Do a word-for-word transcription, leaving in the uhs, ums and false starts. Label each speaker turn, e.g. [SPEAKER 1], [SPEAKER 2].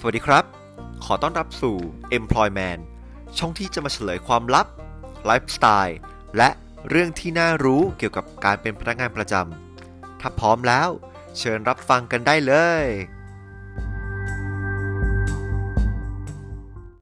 [SPEAKER 1] วัสดีครับขอต้อนรับสู่ Employment ช่องที่จะมาเฉลยความลับไลฟ์สไตล์และเรื่องที่น่ารู้เกี่ยวกับการเป็นพนักงานประจำถ้าพร้อมแล้วเชิญรับฟังกันได้เลย